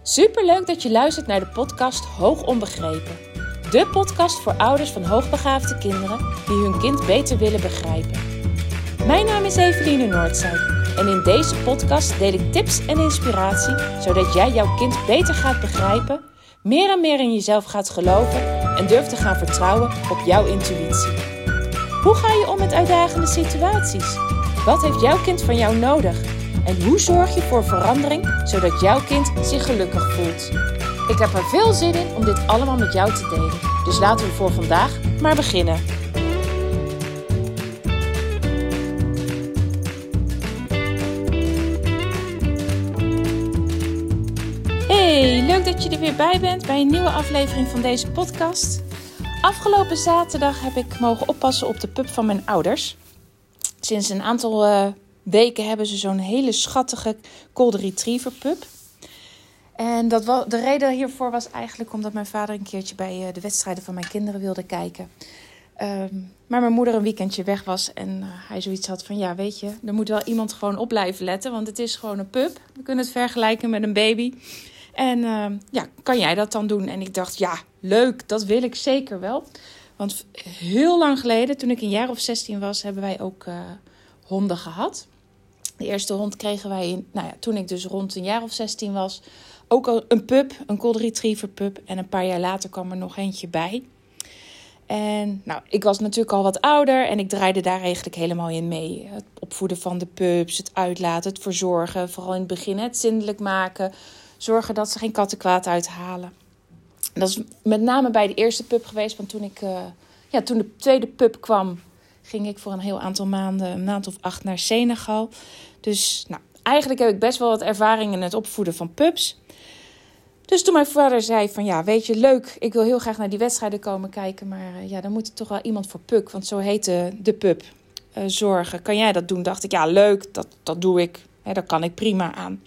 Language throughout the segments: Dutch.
Superleuk dat je luistert naar de podcast Hoog Onbegrepen. De podcast voor ouders van hoogbegaafde kinderen die hun kind beter willen begrijpen. Mijn naam is Eveline Noordzij en in deze podcast deel ik tips en inspiratie zodat jij jouw kind beter gaat begrijpen, meer en meer in jezelf gaat geloven en durft te gaan vertrouwen op jouw intuïtie. Hoe ga je om met uitdagende situaties? Wat heeft jouw kind van jou nodig? En hoe zorg je voor verandering, zodat jouw kind zich gelukkig voelt? Ik heb er veel zin in om dit allemaal met jou te delen. Dus laten we voor vandaag maar beginnen. Hey, leuk dat je er weer bij bent bij een nieuwe aflevering van deze podcast. Afgelopen zaterdag heb ik mogen oppassen op de pup van mijn ouders. Sinds een aantal weken hebben ze zo'n hele schattige golden retriever pup. En de reden hiervoor was eigenlijk omdat mijn vader een keertje bij de wedstrijden van mijn kinderen wilde kijken. Maar mijn moeder een weekendje weg was en hij zoiets had van ja, weet je, er moet wel iemand gewoon op blijven letten, want het is gewoon een pup. We kunnen het vergelijken met een baby. En kan jij dat dan doen? En ik dacht, ja, leuk, dat wil ik zeker wel. Want heel lang geleden, toen ik een jaar of 16 was, hebben wij ook honden gehad. De eerste hond kregen wij toen ik dus rond een jaar of 16 was. Ook al een pup, een golden retriever pup. En een paar jaar later kwam er nog eentje bij. En ik was natuurlijk al wat ouder en ik draaide daar eigenlijk helemaal in mee. Het opvoeden van de pups, het uitlaten, het verzorgen. Vooral in het begin het zindelijk maken. Zorgen dat ze geen kattenkwaad uithalen. En dat is met name bij de eerste pup geweest. Want toen de tweede pup kwam, ging ik voor een heel aantal maanden, een maand of 8 naar Senegal. Dus eigenlijk heb ik best wel wat ervaring in het opvoeden van pups. Dus toen mijn vader zei van ja, weet je, leuk, ik wil heel graag naar die wedstrijden komen kijken. Maar dan moet er toch wel iemand voor Puk, want zo heette de pup, zorgen. Kan jij dat doen? Dacht ik, ja leuk, dat doe ik. Daar kan ik prima aan.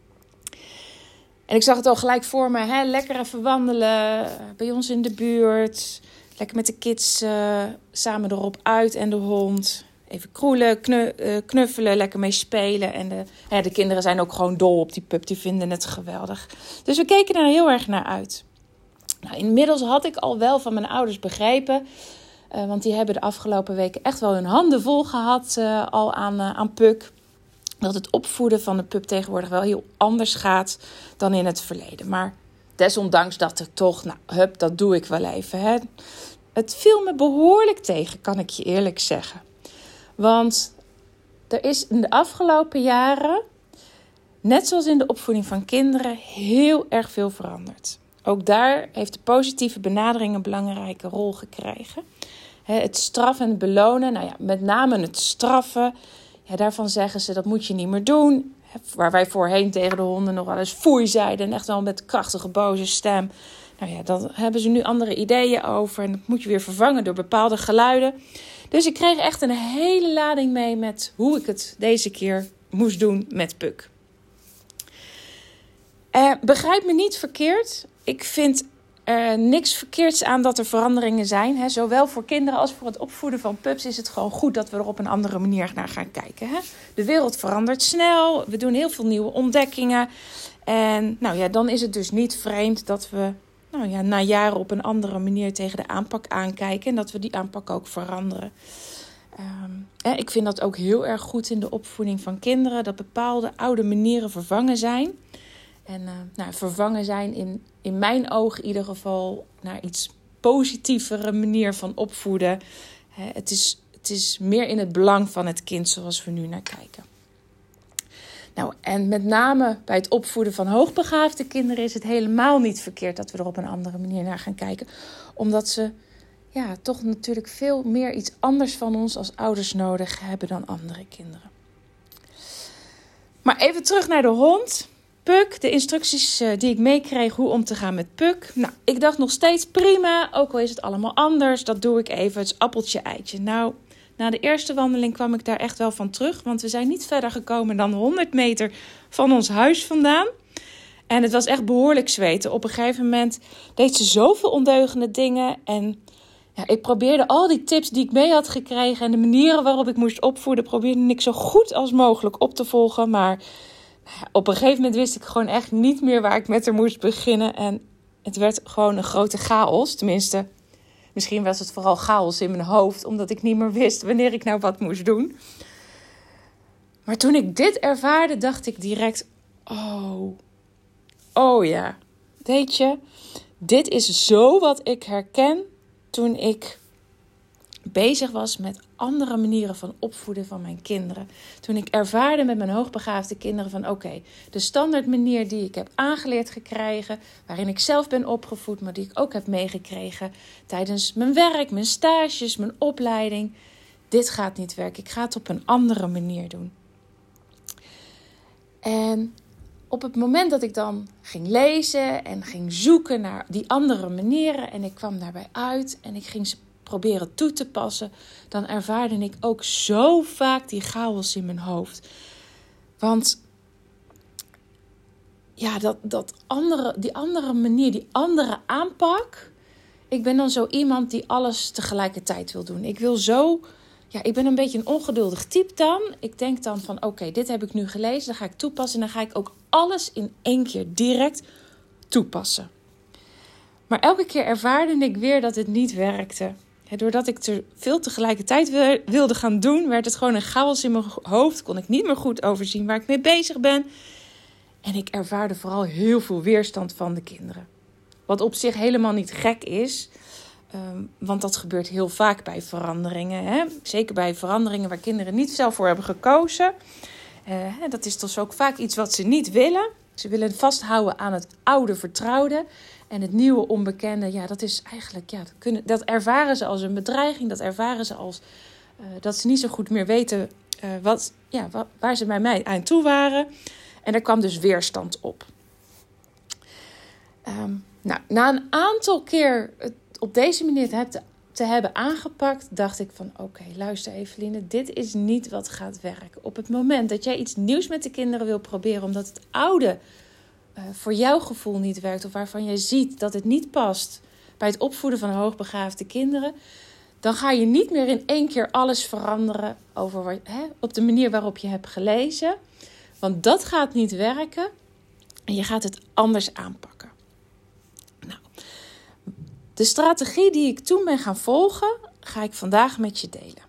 En ik zag het al gelijk voor me, lekker even wandelen bij ons in de buurt. Lekker met de kids samen erop uit en de hond. Even kroelen, knuffelen, lekker mee spelen. En de kinderen zijn ook gewoon dol op die pup. Die vinden het geweldig. Dus we keken er heel erg naar uit. Inmiddels had ik al wel van mijn ouders begrepen. Want die hebben de afgelopen weken echt wel hun handen vol gehad al aan Puk. Dat het opvoeden van de pup tegenwoordig wel heel anders gaat dan in het verleden. Maar desondanks dacht ik toch, dat doe ik wel even. Het viel me behoorlijk tegen, kan ik je eerlijk zeggen. Want er is in de afgelopen jaren, net zoals in de opvoeding van kinderen, heel erg veel veranderd. Ook daar heeft de positieve benadering een belangrijke rol gekregen. Het straffen en het belonen, met name het straffen. Daarvan zeggen ze, dat moet je niet meer doen. Waar wij voorheen tegen de honden nog wel eens foei zeiden. En echt wel met krachtige, boze stem. Daar hebben ze nu andere ideeën over. En dat moet je weer vervangen door bepaalde geluiden. Dus ik kreeg echt een hele lading mee met hoe ik het deze keer moest doen met Puk. Begrijp me niet verkeerd. Ik vind er niks verkeerds aan dat er veranderingen zijn. Zowel voor kinderen als voor het opvoeden van pups is het gewoon goed dat we er op een andere manier naar gaan kijken. De wereld verandert snel. We doen heel veel nieuwe ontdekkingen. En dan is het dus niet vreemd dat we na jaren op een andere manier tegen de aanpak aankijken. En dat we die aanpak ook veranderen. Ik vind dat ook heel erg goed in de opvoeding van kinderen. Dat bepaalde oude manieren vervangen zijn. En vervangen zijn in mijn oog in ieder geval naar iets positievere manier van opvoeden. Het is meer in het belang van het kind zoals we nu naar kijken. En met name bij het opvoeden van hoogbegaafde kinderen is het helemaal niet verkeerd dat we er op een andere manier naar gaan kijken. Omdat ze toch natuurlijk veel meer iets anders van ons als ouders nodig hebben dan andere kinderen. Maar even terug naar de hond. Puk, de instructies die ik meekreeg hoe om te gaan met Puk. Ik dacht nog steeds prima, ook al is het allemaal anders. Dat doe ik even, het is appeltje-eitje. Na de eerste wandeling kwam ik daar echt wel van terug. Want we zijn niet verder gekomen dan 100 meter van ons huis vandaan. En het was echt behoorlijk zweten. Op een gegeven moment deed ze zoveel ondeugende dingen. En ik probeerde al die tips die ik mee had gekregen en de manieren waarop ik moest opvoeden, probeerde ik zo goed als mogelijk op te volgen. Maar op een gegeven moment wist ik gewoon echt niet meer waar ik met haar moest beginnen. En het werd gewoon een grote chaos. Tenminste, misschien was het vooral chaos in mijn hoofd, omdat ik niet meer wist wanneer ik nou wat moest doen. Maar toen ik dit ervaarde, dacht ik direct, oh ja, weet je, dit is zo wat ik herken toen ik bezig was met andere manieren van opvoeden van mijn kinderen. Toen ik ervaarde met mijn hoogbegaafde kinderen van oké, de standaard manier die ik heb aangeleerd gekregen, waarin ik zelf ben opgevoed, maar die ik ook heb meegekregen tijdens mijn werk, mijn stages, mijn opleiding. Dit gaat niet werken. Ik ga het op een andere manier doen. En op het moment dat ik dan ging lezen en ging zoeken naar die andere manieren en ik kwam daarbij uit en ik ging ze proberen toe te passen, dan ervaarde ik ook zo vaak die chaos in mijn hoofd. Want ja, die andere manier, die andere aanpak. Ik ben dan zo iemand die alles tegelijkertijd wil doen. Ik ben een beetje een ongeduldig type dan. Ik denk dan van oké, dit heb ik nu gelezen, dan ga ik toepassen en dan ga ik ook alles in één keer direct toepassen. Maar elke keer ervaarde ik weer dat het niet werkte. Doordat ik te veel tegelijkertijd wilde gaan doen, werd het gewoon een chaos in mijn hoofd. Kon ik niet meer goed overzien waar ik mee bezig ben. En ik ervaarde vooral heel veel weerstand van de kinderen. Wat op zich helemaal niet gek is. Want dat gebeurt heel vaak bij veranderingen. Hè? Zeker bij veranderingen waar kinderen niet zelf voor hebben gekozen. Dat is dus ook vaak iets wat ze niet willen. Ze willen vasthouden aan het oude vertrouwde. En het nieuwe onbekende, ja, dat is eigenlijk, dat ervaren ze als een bedreiging. Dat ervaren ze als dat ze niet zo goed meer weten waar ze bij mij aan toe waren. En er kwam dus weerstand op. Na een aantal keer het op deze manier te hebben aangepakt, dacht ik van oké, luister Eveline, dit is niet wat gaat werken. Op het moment dat jij iets nieuws met de kinderen wil proberen, omdat het oude voor jouw gevoel niet werkt, of waarvan jij ziet dat het niet past bij het opvoeden van hoogbegaafde kinderen, dan ga je niet meer in één keer alles veranderen op de manier waarop je hebt gelezen. Want dat gaat niet werken en je gaat het anders aanpakken. Nou, de strategie die ik toen ben gaan volgen, ga ik vandaag met je delen.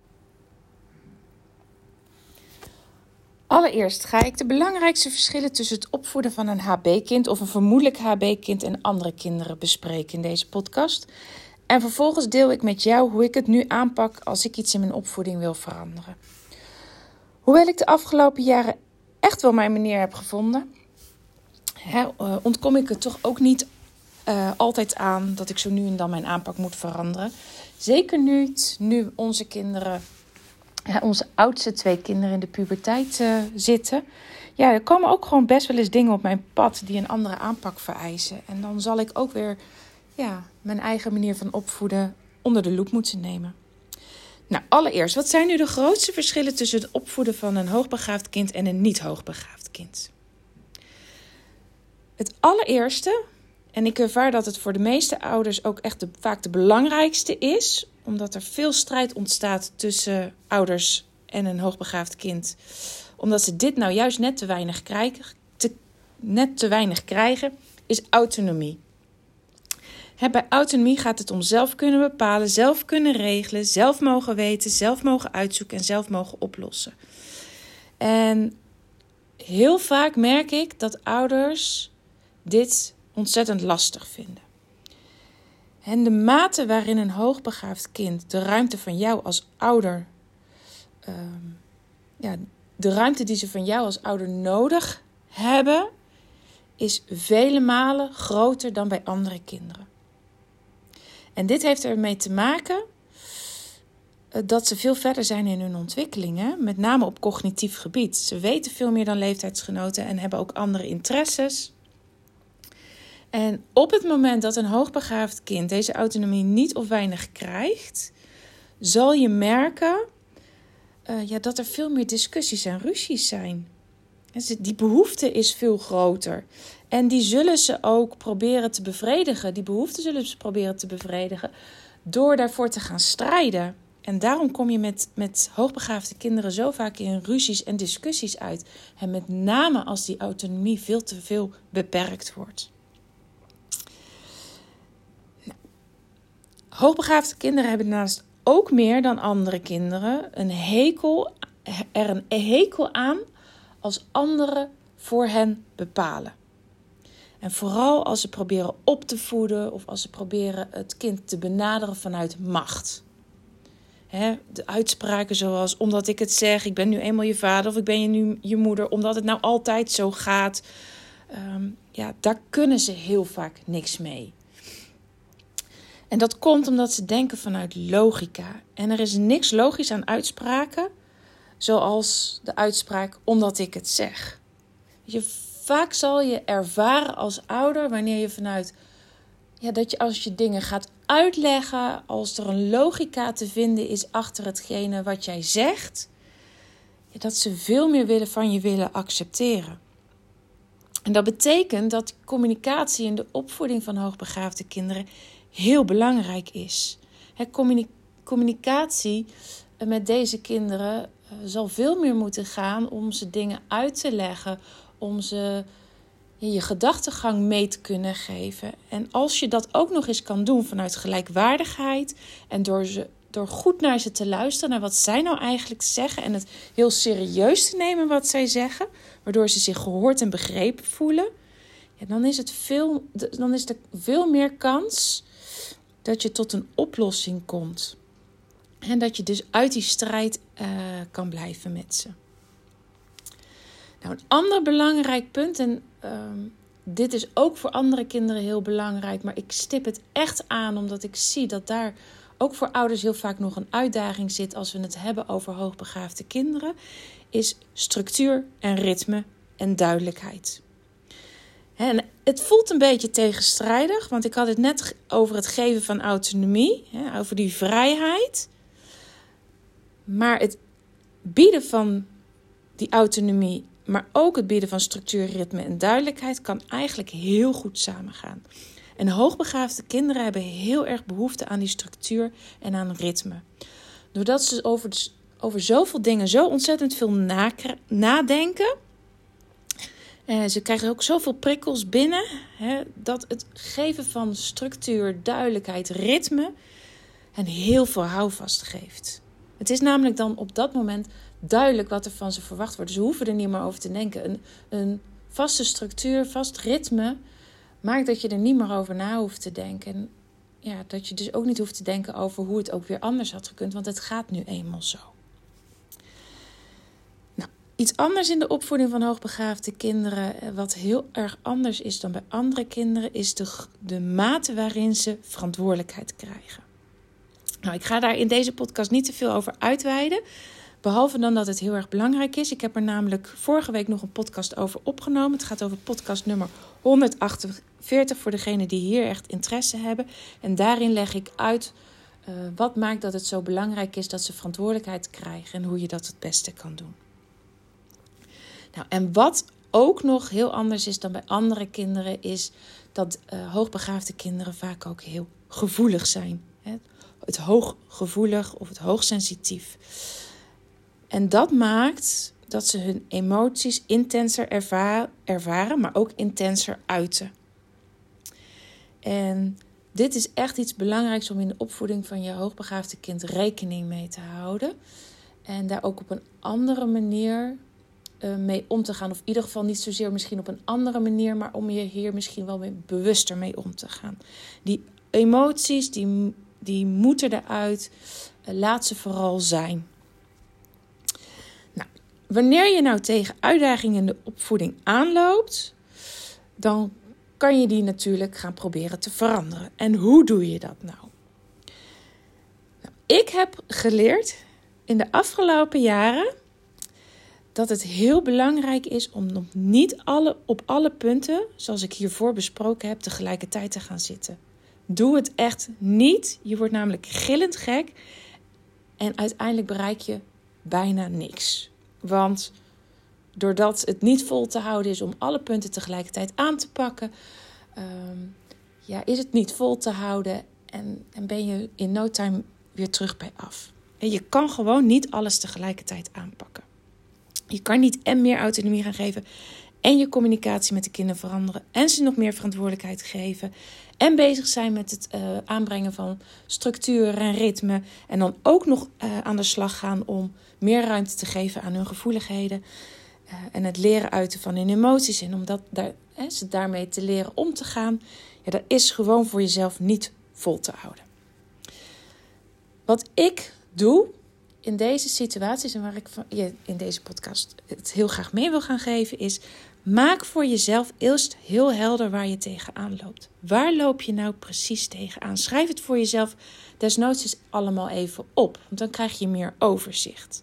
Allereerst ga ik de belangrijkste verschillen tussen het opvoeden van een HB-kind of een vermoedelijk HB-kind en andere kinderen bespreken in deze podcast. En vervolgens deel ik met jou hoe ik het nu aanpak als ik iets in mijn opvoeding wil veranderen. Hoewel ik de afgelopen jaren echt wel mijn manier heb gevonden, ontkom ik er toch ook niet altijd aan dat ik zo nu en dan mijn aanpak moet veranderen. Zeker nu onze kinderen, onze oudste 2 kinderen in de puberteit zitten. Ja, er komen ook gewoon best wel eens dingen op mijn pad die een andere aanpak vereisen. En dan zal ik ook weer mijn eigen manier van opvoeden onder de loep moeten nemen. Nou, allereerst, wat zijn nu de grootste verschillen tussen het opvoeden van een hoogbegaafd kind en een niet hoogbegaafd kind? Het allereerste, en ik ervaar dat het voor de meeste ouders ook echt vaak de belangrijkste is, omdat er veel strijd ontstaat tussen ouders en een hoogbegaafd kind. Omdat ze dit nou juist net te weinig krijgen, is autonomie. Bij autonomie gaat het om zelf kunnen bepalen, zelf kunnen regelen, zelf mogen weten, zelf mogen uitzoeken en zelf mogen oplossen. En heel vaak merk ik dat ouders dit ontzettend lastig vinden. En de mate waarin een hoogbegaafd kind de ruimte van jou als ouder, de ruimte die ze van jou als ouder nodig hebben, is vele malen groter dan bij andere kinderen. En dit heeft ermee te maken dat ze veel verder zijn in hun ontwikkelingen, met name op cognitief gebied. Ze weten veel meer dan leeftijdsgenoten en hebben ook andere interesses. En op het moment dat een hoogbegaafd kind deze autonomie niet of weinig krijgt, zal je merken dat er veel meer discussies en ruzies zijn. Die behoefte is veel groter. En die zullen ze ook proberen te bevredigen. Die behoeften zullen ze proberen te bevredigen door daarvoor te gaan strijden. En daarom kom je met hoogbegaafde kinderen zo vaak in ruzies en discussies uit. En met name als die autonomie veel te veel beperkt wordt. Nou, hoogbegaafde kinderen hebben naast ook meer dan andere kinderen een hekel aan als anderen voor hen bepalen. En vooral als ze proberen op te voeden of als ze proberen het kind te benaderen vanuit macht. De uitspraken zoals, omdat ik het zeg, ik ben nu eenmaal je vader of ik ben nu je moeder, omdat het nou altijd zo gaat. Daar kunnen ze heel vaak niks mee. En dat komt omdat ze denken vanuit logica. En er is niks logisch aan uitspraken, zoals de uitspraak, omdat ik het zeg. Vaak zal je ervaren als ouder, wanneer je vanuit, dat je als je dingen gaat uitleggen, als er een logica te vinden is achter hetgene wat jij zegt, dat ze veel meer van je willen accepteren. En dat betekent dat communicatie in de opvoeding van hoogbegaafde kinderen heel belangrijk is. Communicatie met deze kinderen zal veel meer moeten gaan om ze dingen uit te leggen, om ze je gedachtegang mee te kunnen geven. En als je dat ook nog eens kan doen vanuit gelijkwaardigheid en door goed naar ze te luisteren, naar wat zij nou eigenlijk zeggen en het heel serieus te nemen wat zij zeggen, waardoor ze zich gehoord en begrepen voelen, dan is er veel meer kans dat je tot een oplossing komt. En dat je dus uit die strijd kan blijven met ze. Nou, een ander belangrijk punt, en dit is ook voor andere kinderen heel belangrijk, maar ik stip het echt aan omdat ik zie dat daar ook voor ouders heel vaak nog een uitdaging zit als we het hebben over hoogbegaafde kinderen, is structuur en ritme en duidelijkheid. En het voelt een beetje tegenstrijdig, want ik had het net over het geven van autonomie, over die vrijheid. Maar het bieden van die autonomie, maar ook het bieden van structuur, ritme en duidelijkheid kan eigenlijk heel goed samengaan. En hoogbegaafde kinderen hebben heel erg behoefte aan die structuur en aan ritme. Doordat ze over zoveel dingen zo ontzettend veel nadenken. Ze krijgen ook zoveel prikkels binnen, dat het geven van structuur, duidelijkheid, ritme hen heel veel houvast geeft. Het is namelijk dan op dat moment duidelijk wat er van ze verwacht wordt. Dus ze hoeven er niet meer over te denken. Een vaste structuur, vast ritme maakt dat je er niet meer over na hoeft te denken. En dat je dus ook niet hoeft te denken over hoe het ook weer anders had gekund, want het gaat nu eenmaal zo. Nou, iets anders in de opvoeding van hoogbegaafde kinderen, wat heel erg anders is dan bij andere kinderen, is de mate waarin ze verantwoordelijkheid krijgen. Nou, ik ga daar in deze podcast niet te veel over uitweiden, behalve dan dat het heel erg belangrijk is. Ik heb er namelijk vorige week nog een podcast over opgenomen. Het gaat over podcast nummer 148 voor degenen die hier echt interesse hebben. En daarin leg ik uit wat maakt dat het zo belangrijk is dat ze verantwoordelijkheid krijgen en hoe je dat het beste kan doen. Nou, en wat ook nog heel anders is dan bij andere kinderen, is dat hoogbegaafde kinderen vaak ook heel gevoelig zijn. Het hooggevoelig of het hoogsensitief. En dat maakt dat ze hun emoties intenser ervaren, maar ook intenser uiten. En dit is echt iets belangrijks om in de opvoeding van je hoogbegaafde kind rekening mee te houden. En daar ook op een andere manier mee om te gaan. Of in ieder geval niet zozeer misschien op een andere manier, maar om je hier misschien wel bewuster mee om te gaan. Die emoties, die moeten eruit. Laat ze vooral zijn. Nou, wanneer je nou tegen uitdagingen in de opvoeding aanloopt, dan kan je die natuurlijk gaan proberen te veranderen. En hoe doe je dat nou? Ik heb geleerd in de afgelopen jaren dat het heel belangrijk is om niet op alle punten, zoals ik hiervoor besproken heb, tegelijkertijd te gaan zitten. Doe het echt niet. Je wordt namelijk gillend gek en uiteindelijk bereik je bijna niks. Want doordat het niet vol te houden is om alle punten tegelijkertijd aan te pakken, is het niet vol te houden en ben je in no time weer terug bij af. En je kan gewoon niet alles tegelijkertijd aanpakken. Je kan niet en meer autonomie gaan geven en je communicatie met de kinderen veranderen en ze nog meer verantwoordelijkheid geven en bezig zijn met het aanbrengen van structuur en ritme en dan ook nog aan de slag gaan om meer ruimte te geven aan hun gevoeligheden en het leren uiten van hun emoties en om ze daarmee te leren om te gaan. Ja, dat is gewoon voor jezelf niet vol te houden. Wat ik doe in deze situaties en waar ik je in deze podcast het heel graag mee wil gaan geven is: maak voor jezelf eerst heel helder waar je tegenaan loopt. Waar loop je nou precies tegenaan? Schrijf het voor jezelf desnoods eens allemaal even op, want dan krijg je meer overzicht.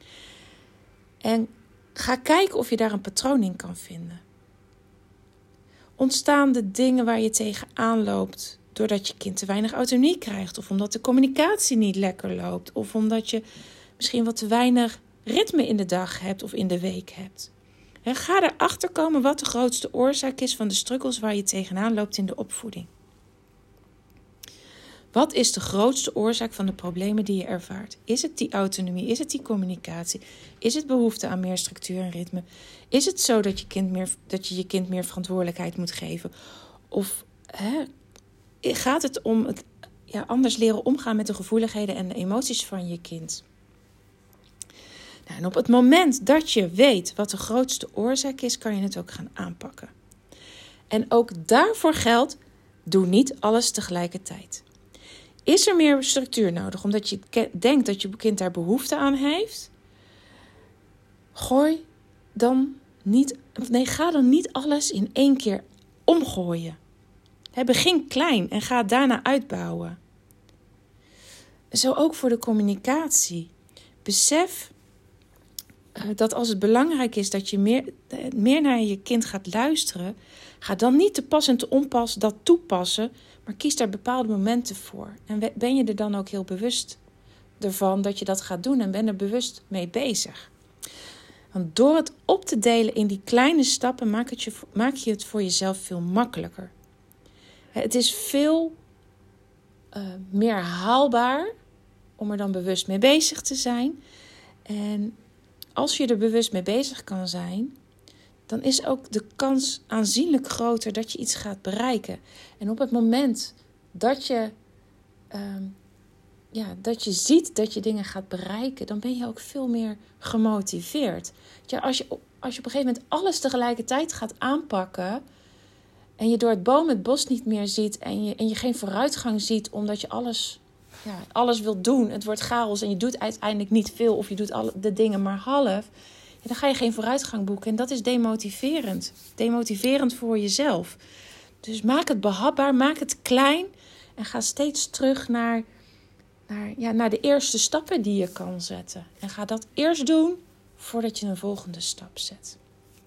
En ga kijken of je daar een patroon in kan vinden. Ontstaan de dingen waar je tegenaan loopt doordat je kind te weinig autonomie krijgt, of omdat de communicatie niet lekker loopt, of omdat je misschien wat te weinig ritme in de dag hebt of in de week hebt. Ga erachter komen wat de grootste oorzaak is van de struggles waar je tegenaan loopt in de opvoeding. Wat is de grootste oorzaak van de problemen die je ervaart? Is het die autonomie? Is het die communicatie? Is het behoefte aan meer structuur en ritme? Is het zo dat je je kind meer verantwoordelijkheid moet geven? Of gaat het om het anders leren omgaan met de gevoeligheden en de emoties van je kind? Nou, en op het moment dat je weet wat de grootste oorzaak is, kan je het ook gaan aanpakken. En ook daarvoor geldt, doe niet alles tegelijkertijd. Is er meer structuur nodig omdat je denkt dat je kind daar behoefte aan heeft? Ga dan niet alles in één keer omgooien. Begin klein en ga daarna uitbouwen. Zo ook voor de communicatie. Besef dat als het belangrijk is dat je meer naar je kind gaat luisteren, ga dan niet te pas en te onpas dat toepassen, maar kies daar bepaalde momenten voor. En ben je er dan ook heel bewust ervan dat je dat gaat doen en ben er bewust mee bezig. Want door het op te delen in die kleine stappen maak je het voor jezelf veel makkelijker. Het is veel meer haalbaar om er dan bewust mee bezig te zijn. En als je er bewust mee bezig kan zijn, dan is ook de kans aanzienlijk groter dat je iets gaat bereiken. En op het moment dat je ziet dat je dingen gaat bereiken, dan ben je ook veel meer gemotiveerd. Ja, als je op een gegeven moment alles tegelijkertijd gaat aanpakken en je door het boom het bos niet meer ziet en je geen vooruitgang ziet omdat je alles wilt doen. Het wordt chaos en je doet uiteindelijk niet veel of je doet de dingen maar half. Ja, dan ga je geen vooruitgang boeken en dat is demotiverend. Demotiverend voor jezelf. Dus maak het behapbaar, maak het klein en ga steeds terug naar de eerste stappen die je kan zetten. En ga dat eerst doen voordat je een volgende stap zet.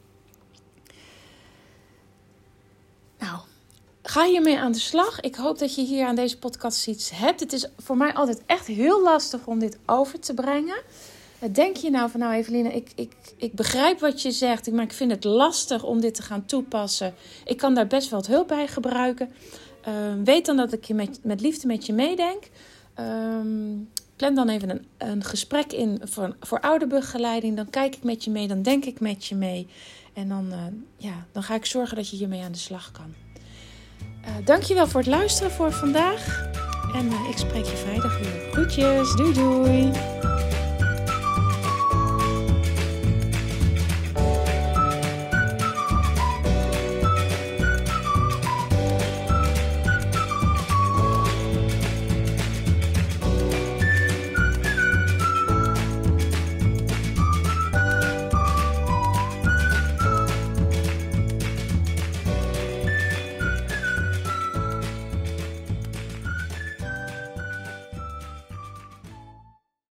Nou, ga hiermee aan de slag. Ik hoop dat je hier aan deze podcast iets hebt. Het is voor mij altijd echt heel lastig om dit over te brengen. Denk je nou van Eveline, ik begrijp wat je zegt, maar ik vind het lastig om dit te gaan toepassen. Ik kan daar best wel wat hulp bij gebruiken. Weet dan dat ik je met liefde met je meedenk. Plan dan even een gesprek in voor ouderbegeleiding. Dan kijk ik met je mee, dan denk ik met je mee. En dan ga ik zorgen dat je hiermee aan de slag kan. Dankjewel voor het luisteren voor vandaag. En ik spreek je vrijdag weer. Groetjes, doei doei.